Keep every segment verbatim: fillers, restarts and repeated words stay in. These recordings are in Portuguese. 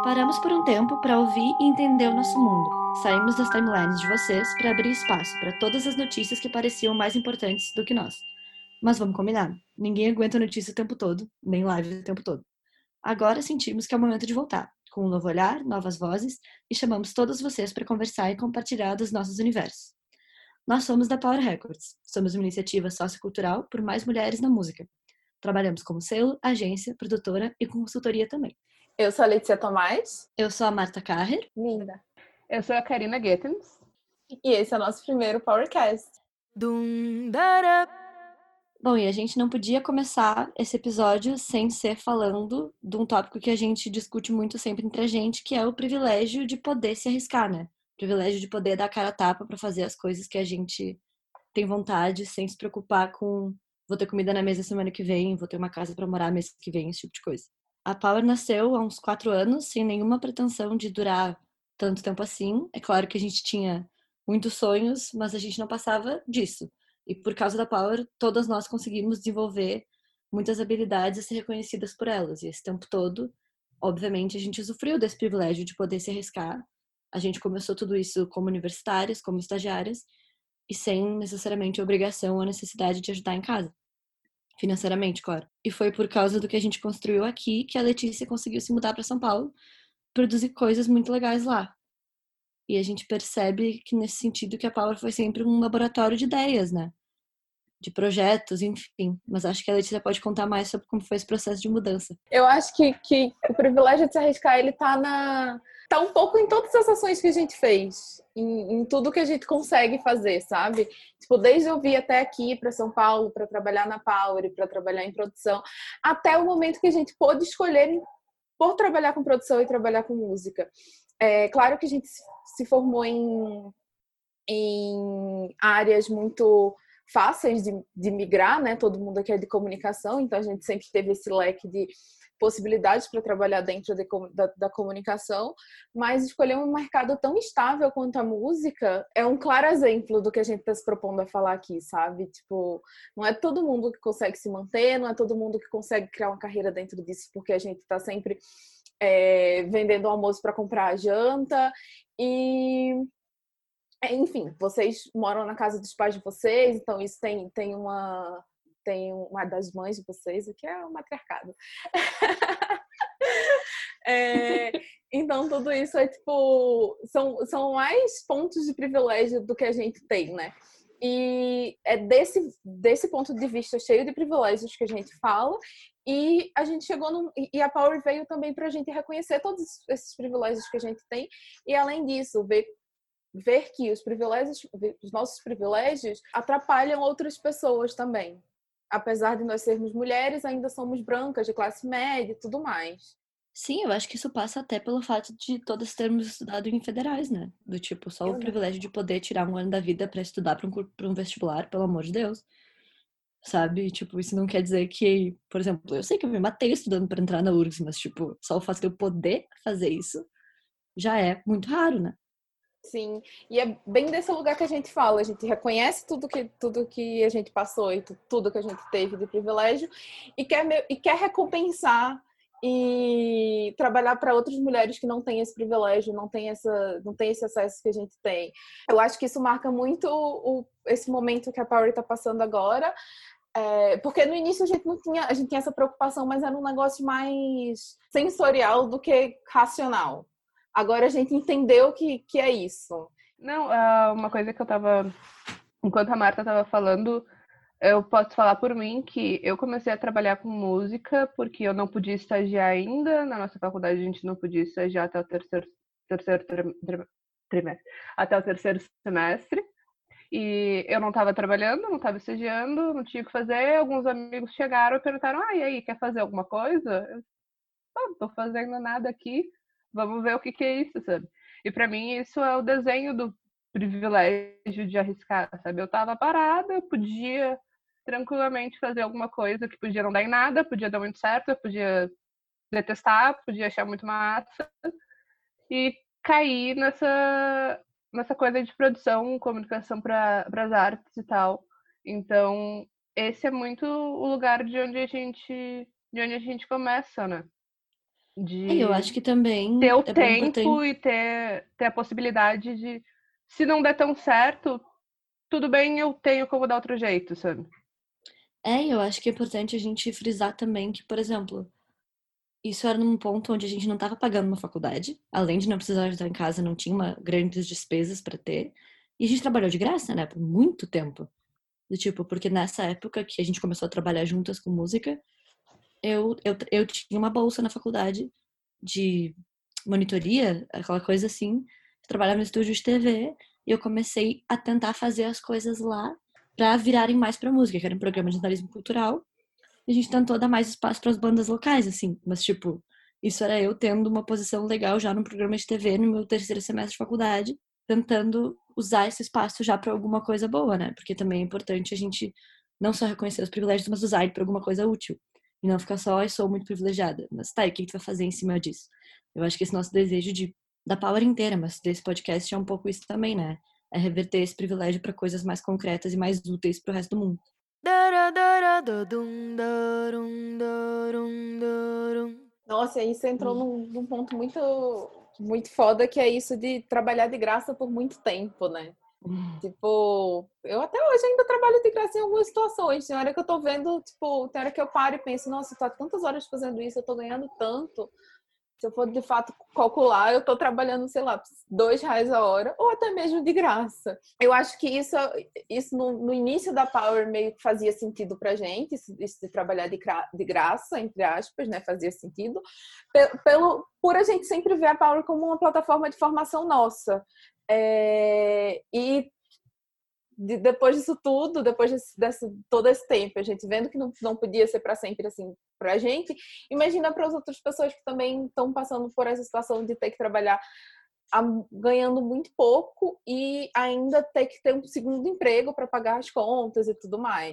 Paramos por um tempo para ouvir e entender o nosso mundo. Saímos das timelines de vocês para abrir espaço para todas as notícias que pareciam mais importantes do que nós. Mas vamos combinar, ninguém aguenta notícia o tempo todo, nem live o tempo todo. Agora sentimos que é o momento de voltar, com um novo olhar, novas vozes, e chamamos todos vocês para conversar e compartilhar dos nossos universos. Nós somos da Power Records, somos uma iniciativa sociocultural por mais mulheres na música. Trabalhamos como selo, agência, produtora e consultoria também. Eu sou a Letícia Tomás. Eu sou a Marta Carrer. Linda. Eu sou a Karina Goethens. E esse é o nosso primeiro Powercast. Dum, Bom, e a gente não podia começar esse episódio sem ser falando de um tópico que a gente discute muito sempre entre a gente, que é o privilégio de poder se arriscar, né? O privilégio de poder dar a cara a tapa para fazer as coisas que a gente tem vontade, sem se preocupar com vou ter comida na mesa semana que vem, vou ter uma casa para morar mês que vem, esse tipo de coisa. A Power nasceu há uns quatro anos, sem nenhuma pretensão de durar tanto tempo assim. É claro que a gente tinha muitos sonhos, mas a gente não passava disso. E por causa da Power, todas nós conseguimos desenvolver muitas habilidades a ser reconhecidas por elas. E esse tempo todo, obviamente, a gente usufruiu desse privilégio de poder se arriscar. A gente começou tudo isso como universitárias, como estagiárias, e sem necessariamente a obrigação ou a necessidade de ajudar em casa. Financeiramente, claro. E foi por causa do que a gente construiu aqui que a Letícia conseguiu se mudar para São Paulo, produzir coisas muito legais lá. E a gente percebe que nesse sentido que a Power foi sempre um laboratório de ideias, né? De projetos, enfim. Mas acho que a Letícia pode contar mais sobre como foi esse processo de mudança. Eu acho que, que o privilégio de se arriscar, ele tá na... tá um pouco em todas as ações que a gente fez, em, em tudo que a gente consegue fazer, sabe? Tipo, desde eu vir até aqui para São Paulo para trabalhar na Power e para trabalhar em produção, até o momento que a gente pôde escolher por trabalhar com produção e trabalhar com música. É claro que a gente se formou em, em áreas muito fáceis de, de migrar, né? Todo mundo aqui é de comunicação, então a gente sempre teve esse leque de possibilidades para trabalhar dentro de, da, da comunicação, mas escolher um mercado tão estável quanto a música é um claro exemplo do que a gente está se propondo a falar aqui, sabe? Tipo, não é todo mundo que consegue se manter, não é todo mundo que consegue criar uma carreira dentro disso, porque a gente está sempre é, vendendo almoço para comprar a janta e... Enfim, vocês moram na casa dos pais de vocês, então isso tem, tem uma... tem uma das mães de vocês, o que é o matriarcado. É, então, tudo isso é tipo... São, são mais pontos de privilégio do que a gente tem, né? E é desse, desse ponto de vista cheio de privilégios que a gente fala, e a gente chegou num, e a Power veio também para a gente reconhecer todos esses privilégios que a gente tem, e além disso, ver ver que os privilégios, os nossos privilégios atrapalham outras pessoas também. Apesar de nós sermos mulheres, ainda somos brancas, de classe média e tudo mais. Sim, eu acho que isso passa até pelo fato de todas termos estudado em federais, né? Do tipo, só o privilégio de poder tirar um ano da vida para estudar para um, pra um vestibular, pelo amor de Deus. Sabe? Tipo, isso não quer dizer que, por exemplo, eu sei que eu me matei estudando para entrar na U R G S, mas, tipo, só o fato de eu poder fazer isso já é muito raro, né? Sim, e é bem desse lugar que a gente fala, a gente reconhece tudo que, tudo que a gente passou e tudo que a gente teve de privilégio e quer, e quer recompensar e trabalhar para outras mulheres que não têm esse privilégio, não têm, essa, não têm esse acesso que a gente tem. Eu acho que isso marca muito o, esse momento que a Power está passando agora, é, porque no início a gente não tinha, a gente tinha essa preocupação, mas era um negócio mais sensorial do que racional. Agora a gente entendeu que, que é isso. Não, uma coisa que eu tava... Enquanto a Marta tava falando, eu posso falar por mim que eu comecei a trabalhar com música porque eu não podia estagiar ainda. Na nossa faculdade a gente não podia estagiar até o terceiro, terceiro trimestre, até o terceiro semestre. E eu não estava trabalhando, não estava estagiando, não tinha o que fazer. Alguns amigos chegaram e perguntaram, ah, e aí, quer fazer alguma coisa? Eu não tô fazendo nada aqui. Vamos ver o que, que é isso, sabe? E para mim isso é o desenho do privilégio de arriscar, sabe? Eu tava parada, eu podia tranquilamente fazer alguma coisa que podia não dar em nada, podia dar muito certo, eu podia detestar, podia achar muito massa e cair nessa, nessa coisa de produção, comunicação para as artes e tal. Então, esse é muito o lugar de onde a gente, de onde a gente começa, né? de É, eu acho que também ter o é bem tempo importante. e ter, ter a possibilidade de, se não der tão certo, tudo bem, eu tenho como dar outro jeito, sabe? É, eu acho que é importante a gente frisar também que, por exemplo, isso era num ponto onde a gente não estava pagando uma faculdade, além de não precisar ajudar em casa, não tinha uma, grandes despesas para ter, e a gente trabalhou de graça, né, por muito tempo. Do tipo, porque nessa época que a gente começou a trabalhar juntas com música, eu, eu, eu tinha uma bolsa na faculdade de monitoria, aquela coisa assim. Eu trabalhava no estúdio de T V e eu comecei a tentar fazer as coisas lá para virarem mais para música, que era um programa de jornalismo cultural. E a gente tentou dar mais espaço para as bandas locais, assim. Mas, tipo, isso era eu tendo uma posição legal já no programa de T V no meu terceiro semestre de faculdade, tentando usar esse espaço já para alguma coisa boa, né? Porque também é importante a gente não só reconhecer os privilégios, mas usar ele para alguma coisa útil. E não ficar só, eu sou muito privilegiada. Mas tá, e o que tu vai fazer em cima disso? Eu acho que esse nosso desejo de da power inteira, mas desse podcast é um pouco isso também, né? É reverter esse privilégio para coisas mais concretas e mais úteis para o resto do mundo. Nossa, aí você entrou num, num ponto muito, muito foda, que é isso de trabalhar de graça por muito tempo, né? Tipo, eu até hoje ainda trabalho de graça em algumas situações. Tem hora que eu tô vendo, tipo, tem hora que eu paro e penso, nossa, tá tantas horas fazendo isso, eu tô ganhando tanto. Se eu for de fato calcular, eu tô trabalhando, sei lá, dois reais a hora, ou até mesmo de graça. Eu acho que isso, isso no, no início da Power meio que fazia sentido pra gente, isso, isso de trabalhar de, de graça, entre aspas, né? Fazia sentido. Pelo, por a gente sempre ver a Power como uma plataforma de formação nossa. É, e de, depois disso tudo, depois desse, desse, todo esse tempo, a gente vendo que não, não podia ser para sempre assim pra gente, imagina para as outras pessoas que também estão passando por essa situação de ter que trabalhar a, ganhando muito pouco e ainda ter que ter um segundo emprego para pagar as contas e tudo mais.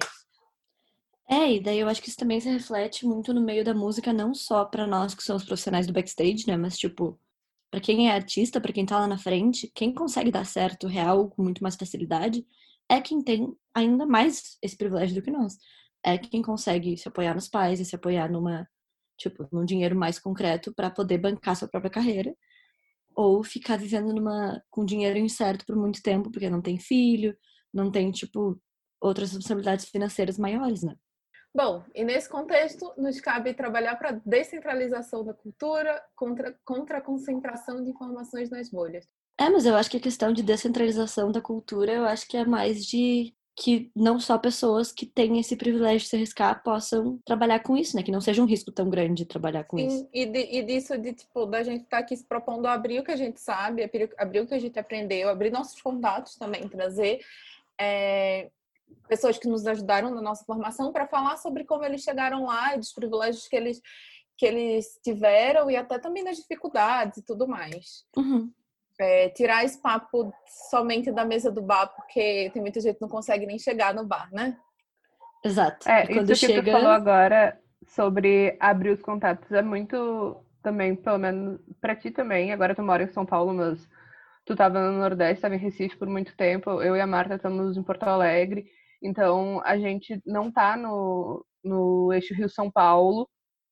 É, e daí eu acho que isso também se reflete muito no meio da música, não só pra nós que somos profissionais do backstage, né? Mas, tipo, pra quem é artista, pra quem tá lá na frente, quem consegue dar certo real com muito mais facilidade é quem tem ainda mais esse privilégio do que nós. É quem consegue se apoiar nos pais e se apoiar numa, tipo, num dinheiro mais concreto pra poder bancar sua própria carreira. Ou ficar vivendo numa, com dinheiro incerto por muito tempo, porque não tem filho, não tem, tipo, outras responsabilidades financeiras maiores, né? Bom, e nesse contexto, nos cabe trabalhar para a descentralização da cultura contra, contra a concentração de informações nas bolhas. É, mas eu acho que a questão de descentralização da cultura, eu acho que é mais de que não só pessoas que têm esse privilégio de se arriscar possam trabalhar com isso, né? Que não seja um risco tão grande trabalhar com Sim, isso. e, de, e disso de, tipo, da gente estar tá aqui se propondo a abrir o que a gente sabe, abrir, abrir o que a gente aprendeu, abrir nossos contatos também, trazer é, pessoas que nos ajudaram na nossa formação para falar sobre como eles chegaram lá e dos privilégios que eles, que eles tiveram e até também das dificuldades e tudo mais. Uhum. É, tirar esse papo somente da mesa do bar, porque tem muita gente que não consegue nem chegar no bar, né? Exato. É, E quando isso que tu falou chega. agora sobre abrir os contatos é muito também, pelo menos pra ti também. Agora tu mora em São Paulo, mas tu tava no Nordeste, tava em Recife por muito tempo. Eu e a Marta estamos em Porto Alegre. Então a gente não tá no, no eixo Rio-São Paulo.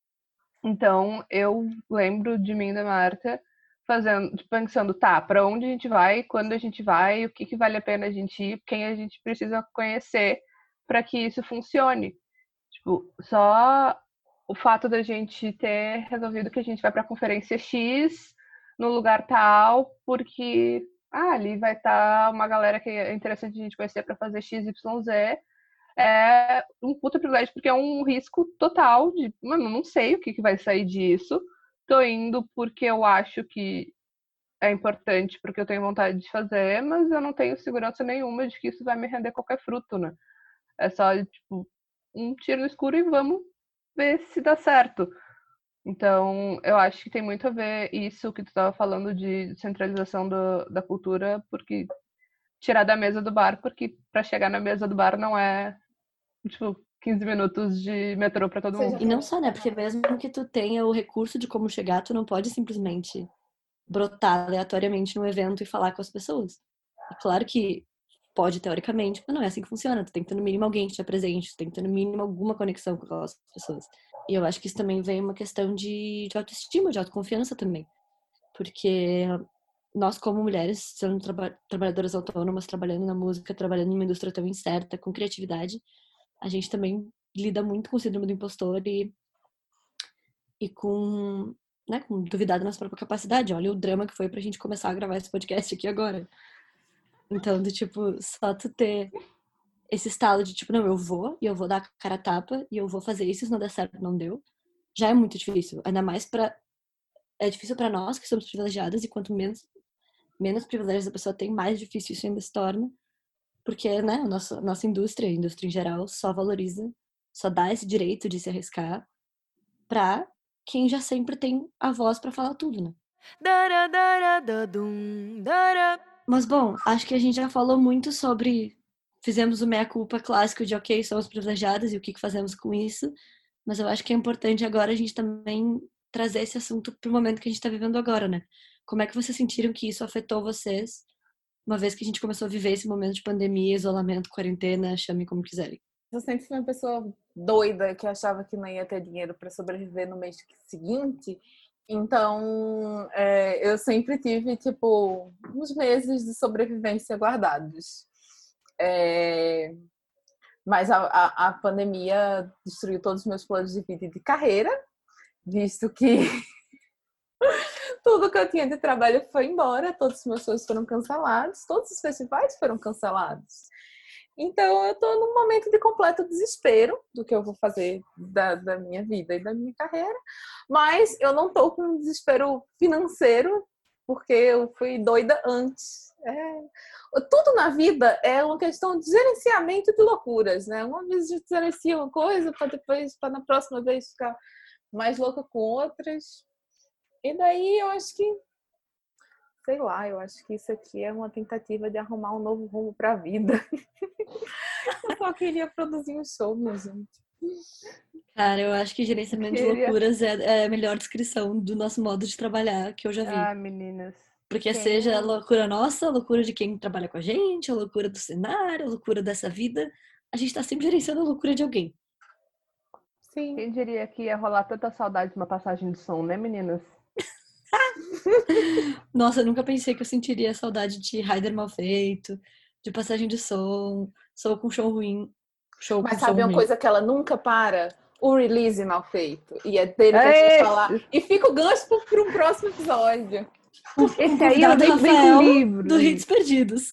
Então eu lembro de mim e da Marta fazendo, pensando, tá, para onde a gente vai, quando a gente vai, o que, que vale a pena a gente ir, quem a gente precisa conhecer para que isso funcione. Tipo, só o fato da gente ter resolvido que a gente vai para a conferência X no lugar tal, porque ah, ali vai estar tá uma galera que é interessante a gente conhecer para fazer X, Y, Z. É um puta privilégio, porque é um risco total de, mano, não sei o que, que vai sair disso. Tô indo porque eu acho que é importante, porque eu tenho vontade de fazer, mas eu não tenho segurança nenhuma de que isso vai me render qualquer fruto, né? É só, tipo, um tiro no escuro e vamos ver se dá certo. Então, eu acho que tem muito a ver isso que tu estava falando de centralização do, da cultura, porque tirar da mesa do bar, porque para chegar na mesa do bar não é, tipo, quinze minutos de metrô para todo mundo. E não só, né? Porque mesmo que tu tenha o recurso de como chegar, tu não pode simplesmente brotar aleatoriamente num evento e falar com as pessoas. É claro que pode, teoricamente, mas não é assim que funciona. Tu tem que ter no mínimo alguém que te apresente, tu tem que ter no mínimo alguma conexão com aquelas pessoas. E eu acho que isso também vem uma questão de, de autoestima, de autoconfiança também. Porque nós, como mulheres, sendo traba- trabalhadoras autônomas, trabalhando na música, trabalhando numa indústria tão incerta, com criatividade, a gente também lida muito com o síndrome do impostor e, e com, né, com duvidar da nossa própria capacidade. Olha o drama que foi pra gente começar a gravar esse podcast aqui agora. Então, do tipo, só tu ter esse estalo de tipo, não, eu vou, e eu vou dar a cara a tapa, e eu vou fazer isso, se não der certo, não deu, já é muito difícil. Ainda mais pra... É difícil pra nós, que somos privilegiadas, e quanto menos, menos privilégios a pessoa tem, mais difícil isso ainda se torna. Porque, né, a nossa, a nossa indústria, a indústria em geral, só valoriza, só dá esse direito de se arriscar pra quem já sempre tem a voz pra falar tudo, né? Mas, bom, acho que a gente já falou muito sobre... Fizemos o meia-culpa clássico de, ok, somos privilegiadas e o que fazemos com isso. Mas eu acho que é importante agora a gente também trazer esse assunto pro momento que a gente tá vivendo agora, né? Como é que vocês sentiram que isso afetou vocês, uma vez que a gente começou a viver esse momento de pandemia, isolamento, quarentena, chame como quiserem? Eu sempre fui uma pessoa doida que achava que não ia ter dinheiro para sobreviver no mês seguinte. Então, é, eu sempre tive, tipo, uns meses de sobrevivência guardados. É, mas a, a, a pandemia destruiu todos os meus planos de vida e de carreira, visto que tudo que eu tinha de trabalho foi embora, todos os meus shows foram cancelados, todos os festivais foram cancelados. Então, eu tô num momento de completo desespero do que eu vou fazer da, da minha vida e da minha carreira, mas eu não tô com um desespero financeiro, porque eu fui doida antes. É... Tudo na vida é uma questão de gerenciamento de loucuras, né? Uma vez a gente gerencia uma coisa para depois, para na próxima vez ficar mais louca com outras. E daí eu acho que sei lá, eu acho que isso aqui é uma tentativa de arrumar um novo rumo para a vida. Eu só queria produzir um show, minha gente. Cara, eu acho que gerenciamento de Queria. loucuras é, é a melhor descrição do nosso modo de trabalhar que eu já vi. Ah, meninas. Porque Quem- seja a loucura nossa, a loucura de quem trabalha com a gente, a loucura do cenário, a loucura dessa vida, a gente tá sempre gerenciando a loucura de alguém. Sim. Quem diria que ia rolar tanta saudade de uma passagem de som, né, meninas? Nossa, eu nunca pensei que eu sentiria saudade de Rider mal feito, de passagem de som, show com show ruim. Show Mas com som sabe uma ruim. coisa que ela nunca para? O release mal feito. E é dele que a gente vai falar. E fica o gancho para um próximo episódio. Esse Com o aí eu convidado nem vem Rafael com livro. do Hits Perdidos.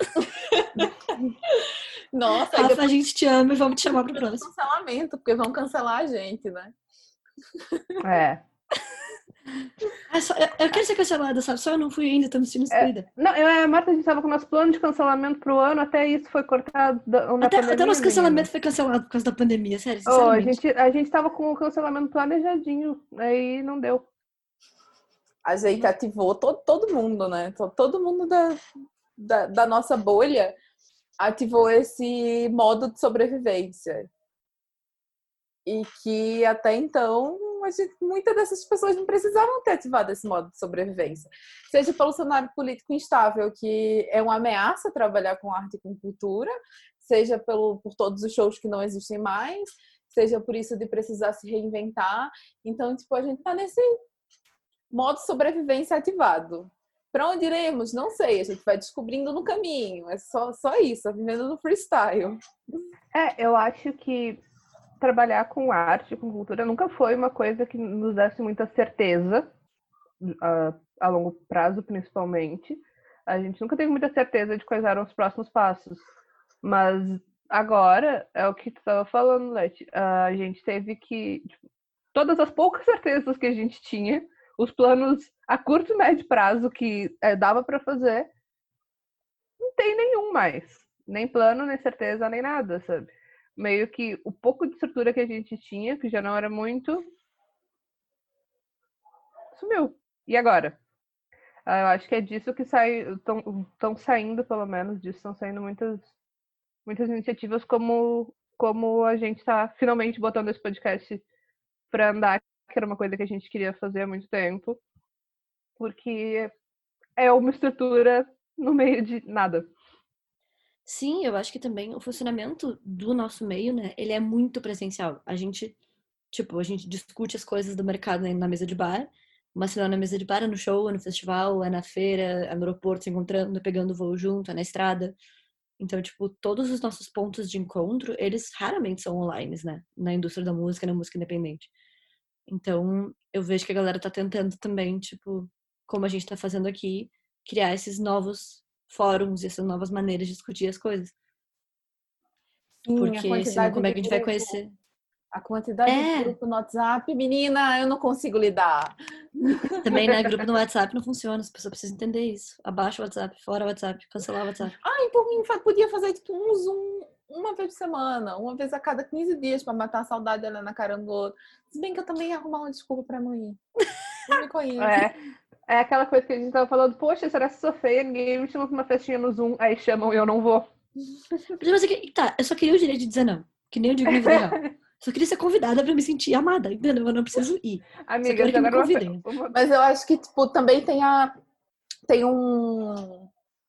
Nossa, Rafa, depois a gente te ama e vamos te chamar pro do próximo. cancelamento, porque vão cancelar a gente, né? É. Ah, só, eu, eu quero ser cancelada, sabe? Só eu não fui ainda, tô me sentindo excluída. É, não, eu e a Marta, a gente tava com o nosso plano de cancelamento pro ano, até isso foi cortado da, na Até, pandemia, até nosso cancelamento menina. foi cancelado por causa da pandemia, sério, Oh, a, sinceramente. gente, a gente tava com o cancelamento planejadinho, aí não deu. A gente ativou todo, todo mundo, né? Todo mundo da, da, da nossa bolha ativou esse modo de sobrevivência. E que até então a gente, muitas dessas pessoas não precisavam ter ativado esse modo de sobrevivência. Seja pelo cenário político instável, que é uma ameaça trabalhar com arte e com cultura, seja pelo, por todos os shows que não existem mais, seja por isso de precisar se reinventar. Então, tipo, a gente tá nesse modo de sobrevivência ativado. Para onde iremos? Não sei, a gente vai descobrindo no caminho. É só, só isso, vivendo no freestyle. É, eu acho que trabalhar com arte, com cultura, nunca foi uma coisa que nos desse muita certeza, a, a longo prazo principalmente. A gente nunca teve muita certeza de quais eram os próximos passos. Mas agora, é o que tu estava falando, Leti, a gente teve que... Tipo, todas as poucas certezas que a gente tinha, os planos a curto e médio prazo que é, dava para fazer, não tem nenhum mais. Nem plano, nem certeza, nem nada, sabe? Meio que o pouco de estrutura que a gente tinha, que já não era muito, sumiu. E agora? Eu acho que é disso que estão saindo, pelo menos, disso estão saindo muitas, muitas iniciativas como, como a gente está finalmente botando esse podcast para andar, que era uma coisa que a gente queria fazer há muito tempo, porque é uma estrutura no meio de nada. Sim, eu acho que também o funcionamento do nosso meio, né, ele é muito presencial. A gente Tipo, a gente discute as coisas do mercado na mesa de bar, mas se não é na mesa de bar, é no show, é no festival, é na feira, é no aeroporto se encontrando, é pegando voo junto, é na estrada. Então, tipo, todos os nossos pontos de encontro, eles raramente são online, né? Na indústria da música, na música independente. Então, eu vejo que a galera tá tentando também, tipo, como a gente tá fazendo aqui, criar esses novos fóruns, essas novas maneiras de discutir as coisas. Sim, a Porque senão quantidade como é de que a gente vai grupo, conhecer? a quantidade de É, grupo no WhatsApp, menina, eu não consigo lidar. também, né? Grupo no WhatsApp não funciona, as pessoas precisam entender isso. Abaixa o WhatsApp, fora o WhatsApp, cancelar o WhatsApp. Ah, e por mim fa- podia fazer tipo um Zoom uma vez por semana, uma vez a cada quinze dias pra matar a saudade dela na cara do outro. Se bem que eu também ia arrumar uma desculpa pra não ir. Não me conhece. É, é aquela coisa que a gente tava falando, poxa, será que eu sou feia? Ninguém me chama pra uma festinha no Zoom, aí chamam e eu não vou. Mas eu, que- tá, eu só queria o direito de dizer não, que nem eu digo na vida real. Só queria ser convidada pra me sentir amada, entendeu? Eu não preciso ir. Só Amigas, quero que me agora uma, fe- convidem. uma... Mas eu acho que tipo também tem a tem um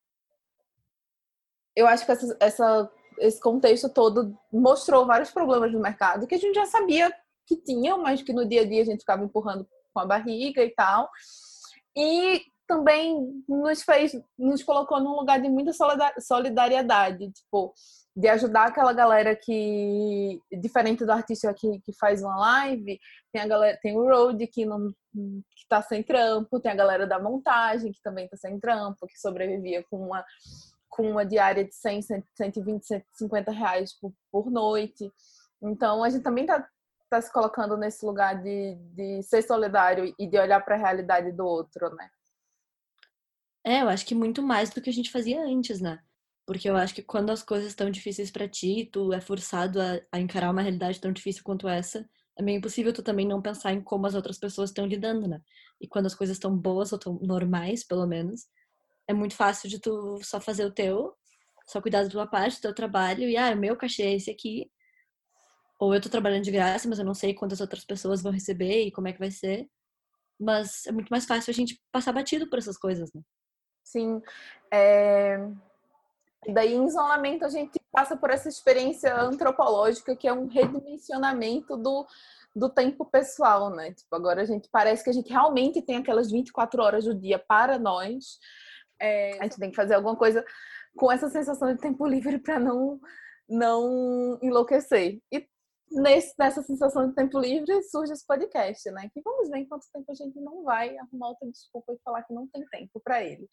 eu acho que essa, essa esse contexto todo mostrou vários problemas no mercado que a gente já sabia que tinham, mas que no dia a dia a gente ficava empurrando com a barriga e tal. E também nos fez, nos colocou num lugar de muita solidariedade, tipo, de ajudar aquela galera que, diferente do artista que, que faz uma live, tem a galera, tem o Road que não que tá sem trampo, tem a galera da montagem que também tá sem trampo, que sobrevivia com uma com uma diária de cem, cento e vinte, cento e cinquenta reais por, por noite. Então a gente também tá tá se colocando nesse lugar de, de ser solidário e de olhar para a realidade do outro, né? É, eu acho que muito mais do que a gente fazia antes, né? Porque eu acho que quando as coisas estão difíceis pra ti, tu é forçado a, a encarar uma realidade tão difícil quanto essa, é meio impossível tu também não pensar em como as outras pessoas estão lidando, né? E quando as coisas estão boas ou tão normais, pelo menos, é muito fácil de tu só fazer o teu, só cuidar da tua parte, do teu trabalho, e ah, o meu cachê é esse aqui. Ou eu tô trabalhando de graça, mas eu não sei quantas outras pessoas vão receber e como é que vai ser. Mas é muito mais fácil a gente passar batido por essas coisas, né? Sim. É... Daí, em isolamento, a gente passa por essa experiência antropológica, que é um redimensionamento do, do tempo pessoal, né? Tipo, agora a gente parece que a gente realmente tem aquelas vinte e quatro horas do dia para nós. É... A gente tem que fazer alguma coisa com essa sensação de tempo livre para não, não enlouquecer. E nesse, nessa sensação de tempo livre surge esse podcast, né? Que vamos ver em quanto tempo a gente não vai arrumar outra desculpa e falar que não tem tempo para ele.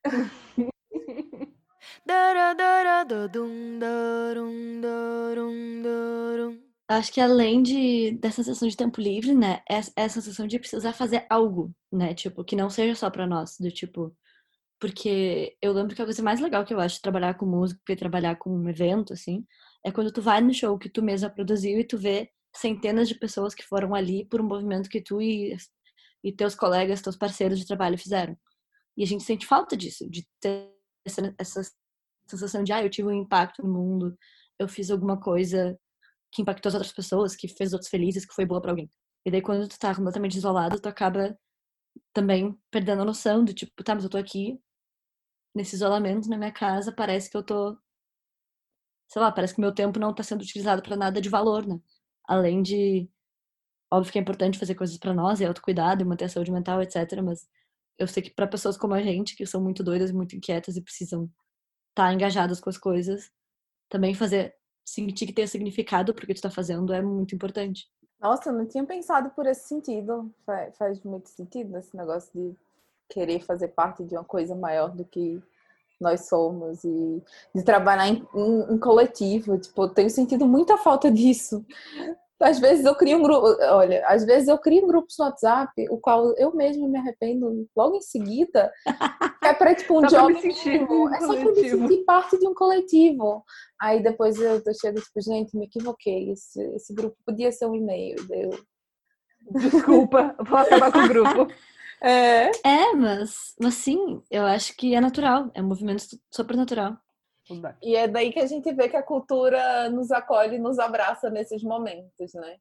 Acho que além de, dessa sensação de tempo livre, né, é, é a sensação de precisar fazer algo, né, tipo, que não seja só pra nós, do tipo, porque eu lembro que a coisa mais legal que eu acho de trabalhar com música e trabalhar com um evento, assim, é quando tu vai no show que tu mesma produziu e tu vê centenas de pessoas que foram ali por um movimento que tu e, e teus colegas, teus parceiros de trabalho fizeram. E a gente sente falta disso, de ter essa, essa sensação de, ah, eu tive um impacto no mundo, eu fiz alguma coisa que impactou as outras pessoas, que fez outros felizes, que foi boa pra alguém. E daí quando tu tá completamente isolado, tu acaba também perdendo a noção do tipo, tá, mas eu tô aqui nesse isolamento na minha casa, parece que eu tô, sei lá, parece que meu tempo não tá sendo utilizado pra nada de valor, né? Além de, óbvio que é importante fazer coisas pra nós, e autocuidado, e manter a saúde mental, etcétera, mas eu sei que pra pessoas como a gente, que são muito doidas, muito inquietas e precisam estar engajadas com as coisas, também fazer sentir que tem significado pro que tu tá fazendo é muito importante. Nossa, eu não tinha pensado por esse sentido. Faz, faz muito sentido esse negócio de querer fazer parte de uma coisa maior do que nós somos e de trabalhar em, em, em coletivo. Tipo, eu tenho sentido muita falta disso. Às vezes eu crio um grupo, olha, às vezes eu crio grupos no WhatsApp, o qual eu mesma me arrependo logo em seguida. É para tipo um Só pra job me sentir mínimo, um é só para me coletivo. sentir parte de um coletivo. Aí depois eu, eu chego tipo, gente, me equivoquei, esse, esse grupo podia ser um e-mail. Eu... Desculpa, vou acabar com o grupo. É. É, mas, mas sim, eu acho que é natural, é um movimento super natural. E é daí que a gente vê que a cultura nos acolhe e nos abraça nesses momentos, né?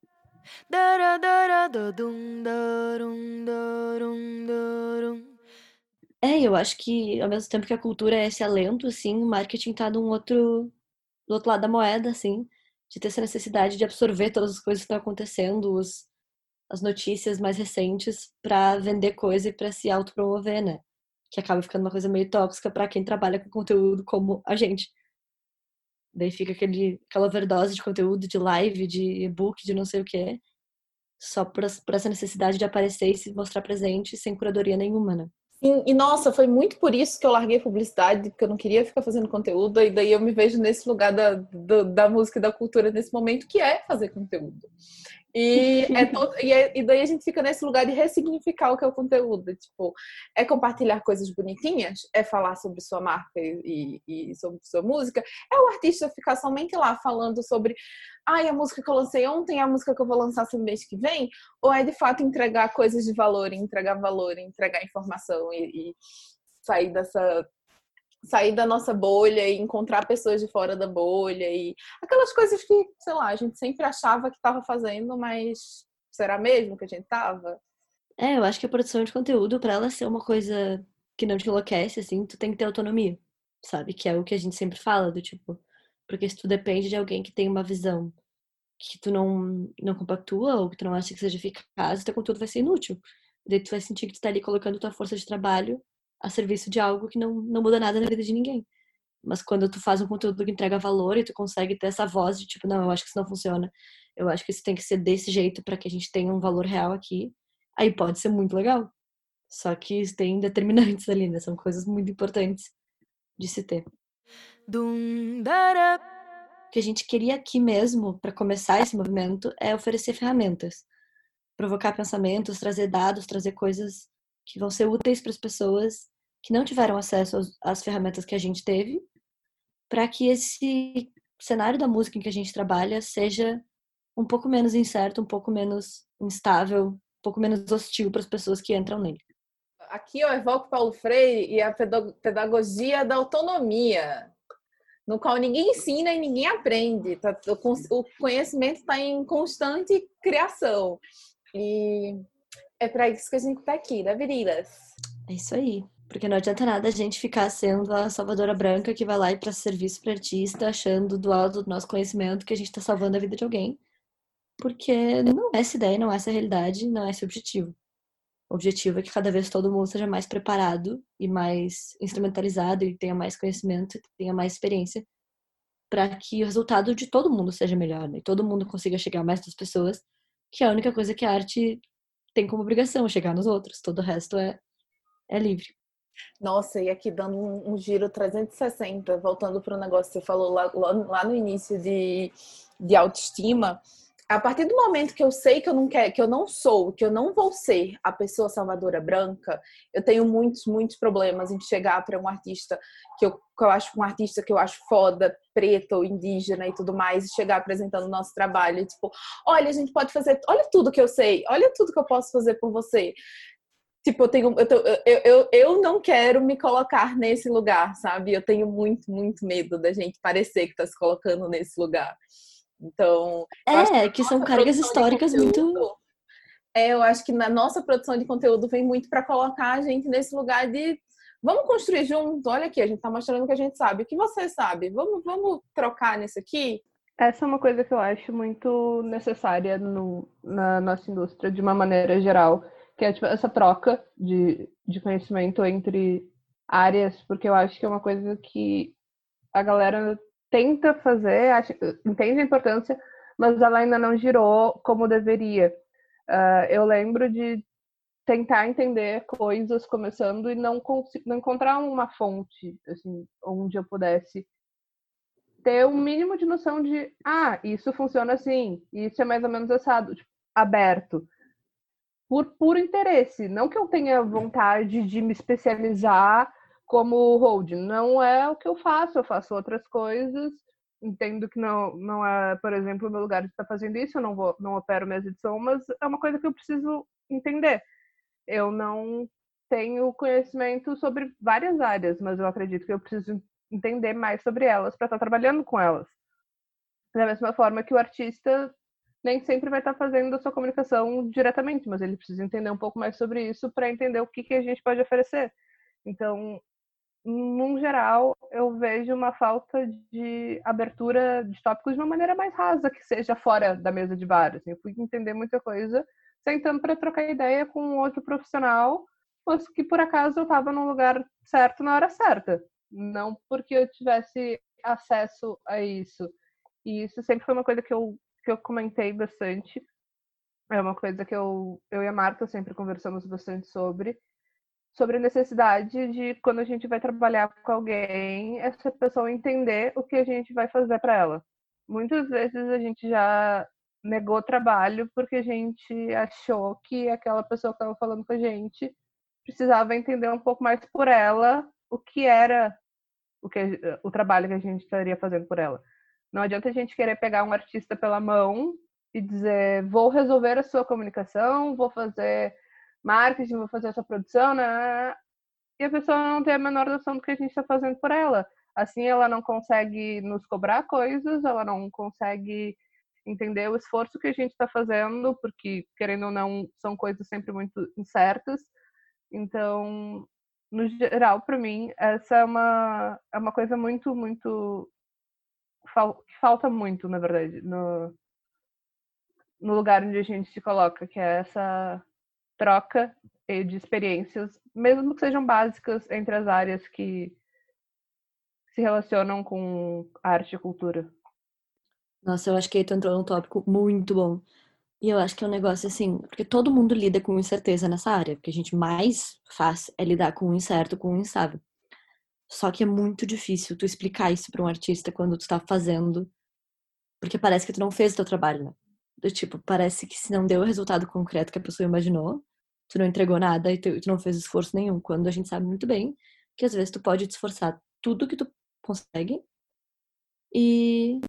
É, eu acho que ao mesmo tempo que a cultura é esse alento, assim, o marketing tá num outro, do outro lado da moeda, assim, de ter essa necessidade de absorver todas as coisas que estão acontecendo, os, as notícias mais recentes para vender coisa e para se autopromover, né? Que acaba ficando uma coisa meio tóxica para quem trabalha com conteúdo como a gente. Daí fica aquele, aquela overdose de conteúdo, de live, de e-book, de não sei o quê, só por, por essa necessidade de aparecer e se mostrar presente sem curadoria nenhuma, né? Sim, e nossa, foi muito por isso que eu larguei publicidade, porque eu não queria ficar fazendo conteúdo, e daí eu me vejo nesse lugar da, da, da música e da cultura nesse momento, que é fazer conteúdo. E, é todo, e, é, e daí a gente fica nesse lugar de ressignificar o que é o conteúdo. Tipo, é compartilhar coisas bonitinhas, é falar sobre sua marca e, e, e sobre sua música, é o artista ficar somente lá falando sobre ai, a música que eu lancei ontem, a música que eu vou lançar no mês que vem, ou é de fato entregar coisas de valor, entregar valor, entregar informação e, e sair dessa sair da nossa bolha e encontrar pessoas de fora da bolha e aquelas coisas que, sei lá, a gente sempre achava que estava fazendo, mas será mesmo que a gente estava? É, eu acho que a produção de conteúdo, para ela ser uma coisa que não te enlouquece, assim, tu tem que ter autonomia, sabe? Que é o que a gente sempre fala, do tipo, porque se tu depende de alguém que tem uma visão que tu não, não compactua ou que tu não acha que seja eficaz, teu conteúdo vai ser inútil. Daí tu vai sentir que tu tá ali colocando tua força de trabalho a serviço de algo que não, não muda nada na vida de ninguém. Mas quando tu faz um conteúdo que entrega valor e tu consegue ter essa voz de tipo, não, eu acho que isso não funciona, eu acho que isso tem que ser desse jeito para que a gente tenha um valor real aqui, aí pode ser muito legal. Só que tem determinantes ali, né? São coisas muito importantes de se ter. O que a gente queria aqui mesmo, para começar esse movimento, é oferecer ferramentas. Provocar pensamentos, trazer dados, trazer coisas que vão ser úteis para as pessoas que não tiveram acesso às, às ferramentas que a gente teve, para que esse cenário da música em que a gente trabalha seja um pouco menos incerto, um pouco menos instável, um pouco menos hostil para as pessoas que entram nele. Aqui eu evoco Paulo Freire e a pedagogia da autonomia, no qual ninguém ensina e ninguém aprende. Tá? O conhecimento está em constante criação. E é para isso que a gente está aqui, né, Virilas? É isso aí. Porque não adianta nada a gente ficar sendo a salvadora branca que vai lá e presta serviço para artista, achando do alto do nosso conhecimento que a gente está salvando a vida de alguém. Porque não é essa ideia, não é essa realidade, não é esse o objetivo. O objetivo é que cada vez todo mundo seja mais preparado e mais instrumentalizado e tenha mais conhecimento e tenha mais experiência para que o resultado de todo mundo seja melhor, né? E todo mundo consiga chegar a mais das pessoas, que é a única coisa que a arte tem como obrigação, chegar nos outros. Todo o resto é, é livre. Nossa, e aqui dando um, um giro trezentos e sessenta, voltando para o negócio que você falou lá, lá no início de, de autoestima, a partir do momento que eu sei que eu não quero, que eu não sou, que eu não vou ser a pessoa salvadora branca, eu tenho muitos, muitos problemas em chegar para um artista que eu, que eu acho um artista que eu acho foda, preto ou indígena e tudo mais, e chegar apresentando o nosso trabalho, e, tipo, olha, a gente pode fazer, olha tudo que eu sei, olha tudo que eu posso fazer por você. Tipo, eu, tenho, eu, eu, eu, eu não quero me colocar nesse lugar, sabe? Eu tenho muito, muito medo da gente parecer que tá se colocando nesse lugar. Então, é, que, que são cargas históricas conteúdo, muito... É, eu acho que na nossa produção de conteúdo vem muito para colocar a gente nesse lugar de vamos construir junto, olha aqui, a gente tá mostrando o que a gente sabe. O que você sabe? Vamos, vamos trocar nisso aqui? Essa é uma coisa que eu acho muito necessária no, na nossa indústria, de uma maneira geral, que é tipo, essa troca de, de conhecimento entre áreas, porque eu acho que é uma coisa que a galera tenta fazer, acha, entende a importância, mas ela ainda não girou como deveria. Uh, eu lembro de tentar entender coisas começando e não, não encontrar uma fonte assim, onde eu pudesse ter um mínimo de noção de ah, isso funciona assim, isso é mais ou menos assado, tipo, aberto. Por puro interesse. Não que eu tenha vontade de me especializar como hold. Não é o que eu faço. Eu faço outras coisas. Entendo que não, não é, por exemplo, o meu lugar de estar fazendo isso. Eu não, vou, não opero minhas edições, mas é uma coisa que eu preciso entender. Eu não tenho conhecimento sobre várias áreas, mas eu acredito que eu preciso entender mais sobre elas para estar trabalhando com elas. Da mesma forma que o artista nem sempre vai estar fazendo a sua comunicação diretamente, mas ele precisa entender um pouco mais sobre isso para entender o que, que a gente pode oferecer. Então, num geral, eu vejo uma falta de abertura de tópicos de uma maneira mais rasa, que seja fora da mesa de bar. Assim, eu fui entender muita coisa sentando para trocar ideia com outro profissional, mas que por acaso eu estava no lugar certo na hora certa. Não porque eu tivesse acesso a isso. E isso sempre foi uma coisa que eu, que eu comentei bastante. É uma coisa que eu, eu e a Marta sempre conversamos bastante sobre. Sobre a necessidade de, quando a gente vai trabalhar com alguém, essa pessoa entender o que a gente vai fazer para ela. Muitas vezes a gente já negou trabalho porque a gente achou que aquela pessoa que estava falando com a gente precisava entender um pouco mais por ela o que era o, que, o trabalho que a gente estaria fazendo por ela. Não adianta a gente querer pegar um artista pela mão e dizer, vou resolver a sua comunicação, vou fazer marketing, vou fazer essa produção, né? E a pessoa não tem a menor noção do que a gente está fazendo por ela. Assim, ela não consegue nos cobrar coisas, ela não consegue entender o esforço que a gente está fazendo, porque, querendo ou não, são coisas sempre muito incertas. Então, no geral, para mim, essa é uma, é uma coisa muito, muito... que falta muito, na verdade, no, no lugar onde a gente se coloca, que é essa troca de experiências, mesmo que sejam básicas, entre as áreas que se relacionam com arte e cultura. Nossa, eu acho que aí tu entrou num tópico muito bom. E eu acho que é um negócio assim, porque todo mundo lida com incerteza nessa área. O que a gente mais faz é lidar com o incerto, com o instável. Só que é muito difícil tu explicar isso pra um artista quando tu tá fazendo, porque parece que tu não fez o teu trabalho, né? Do tipo, parece que se não deu o resultado concreto que a pessoa imaginou, tu não entregou nada e tu, tu não fez esforço nenhum. Quando a gente sabe muito bem que às vezes tu pode te esforçar tudo que tu consegue e,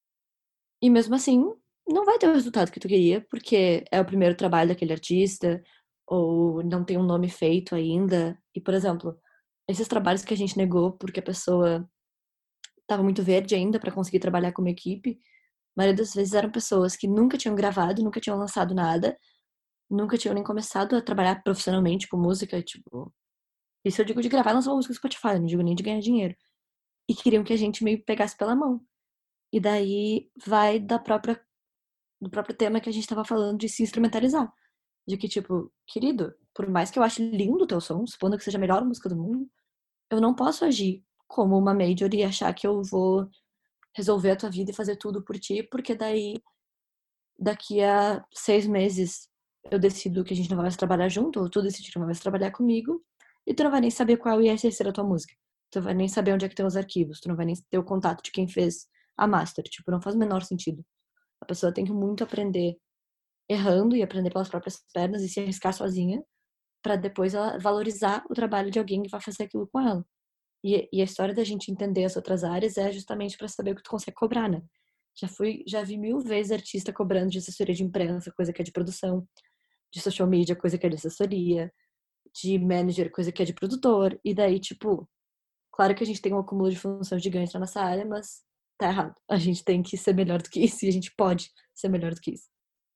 e mesmo assim não vai ter o resultado que tu queria, porque é o primeiro trabalho daquele artista ou não tem um nome feito ainda. E, por exemplo, esses trabalhos que a gente negou porque a pessoa estava muito verde ainda para conseguir trabalhar como equipe, a maioria das vezes eram pessoas que nunca tinham gravado, nunca tinham lançado nada, nunca tinham nem começado a trabalhar profissionalmente com música, tipo, isso eu digo de gravar e lançar uma música no Spotify, eu não digo nem de ganhar dinheiro. E queriam que a gente meio pegasse pela mão. E daí vai da própria do próprio tema que a gente tava falando de se instrumentalizar. De que, tipo, querido, por mais que eu ache lindo o teu som, supondo que seja a melhor música do mundo, eu não posso agir como uma major e achar que eu vou resolver a tua vida e fazer tudo por ti, porque daí, daqui a seis meses, eu decido que a gente não vai mais trabalhar junto, ou tu decide que não vai mais trabalhar comigo, e tu não vai nem saber qual ia ser a tua música. Tu não vai nem saber onde é que tem os arquivos, tu não vai nem ter o contato de quem fez a master. Tipo, não faz o menor sentido. A pessoa tem que muito aprender errando e aprender pelas próprias pernas e se arriscar sozinha, para depois ela valorizar o trabalho de alguém que vai fazer aquilo com ela. E, e a história da gente entender as outras áreas é justamente para saber o que tu consegue cobrar, né? Já fui, já vi mil vezes artista cobrando de assessoria de imprensa, coisa que é de produção, de social media, coisa que é de assessoria, de manager, coisa que é de produtor. E daí, tipo, claro que a gente tem um acúmulo de funções gigantes na nossa área, mas tá errado. A gente tem que ser melhor do que isso e a gente pode ser melhor do que isso.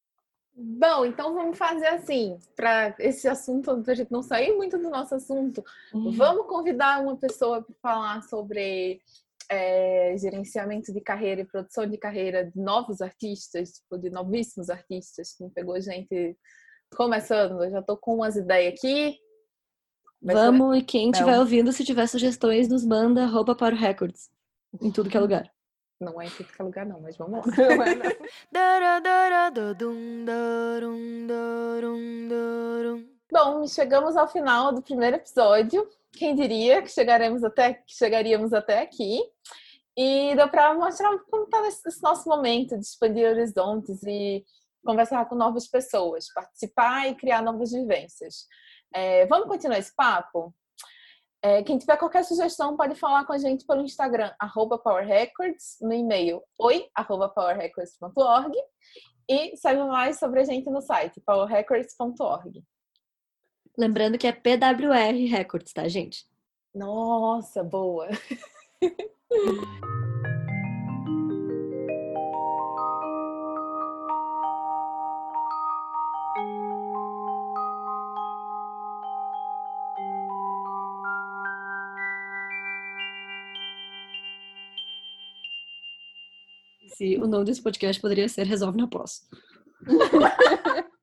Bom, então vamos fazer assim, para esse assunto, para a gente não sair muito do nosso assunto, uhum. Vamos convidar uma pessoa para falar sobre é, gerenciamento de carreira e produção de carreira de novos artistas, tipo, de novíssimos artistas, que não pegou gente começando. Eu já estou com umas ideias aqui. Vamos, e quem estiver ouvindo, se tiver sugestões, nos manda roupa para o Records, em tudo que é lugar. Não é em tudo que é lugar, não, mas vamos lá. Não é, não. Bom, chegamos ao final do primeiro episódio. Quem diria que chegaremos até, que chegaríamos até aqui? E deu para mostrar como está esse nosso momento de expandir horizontes e conversar com novas pessoas, participar e criar novas vivências. É, vamos continuar esse papo? É, quem tiver qualquer sugestão pode falar com a gente pelo Instagram, arroba Power Records, no e-mail oi, arroba power records ponto org e saiba mais sobre a gente no site, power records ponto org. Lembrando que é P W R Records, tá, gente? Nossa, boa! Se o nome desse podcast poderia ser Resolve na Pós.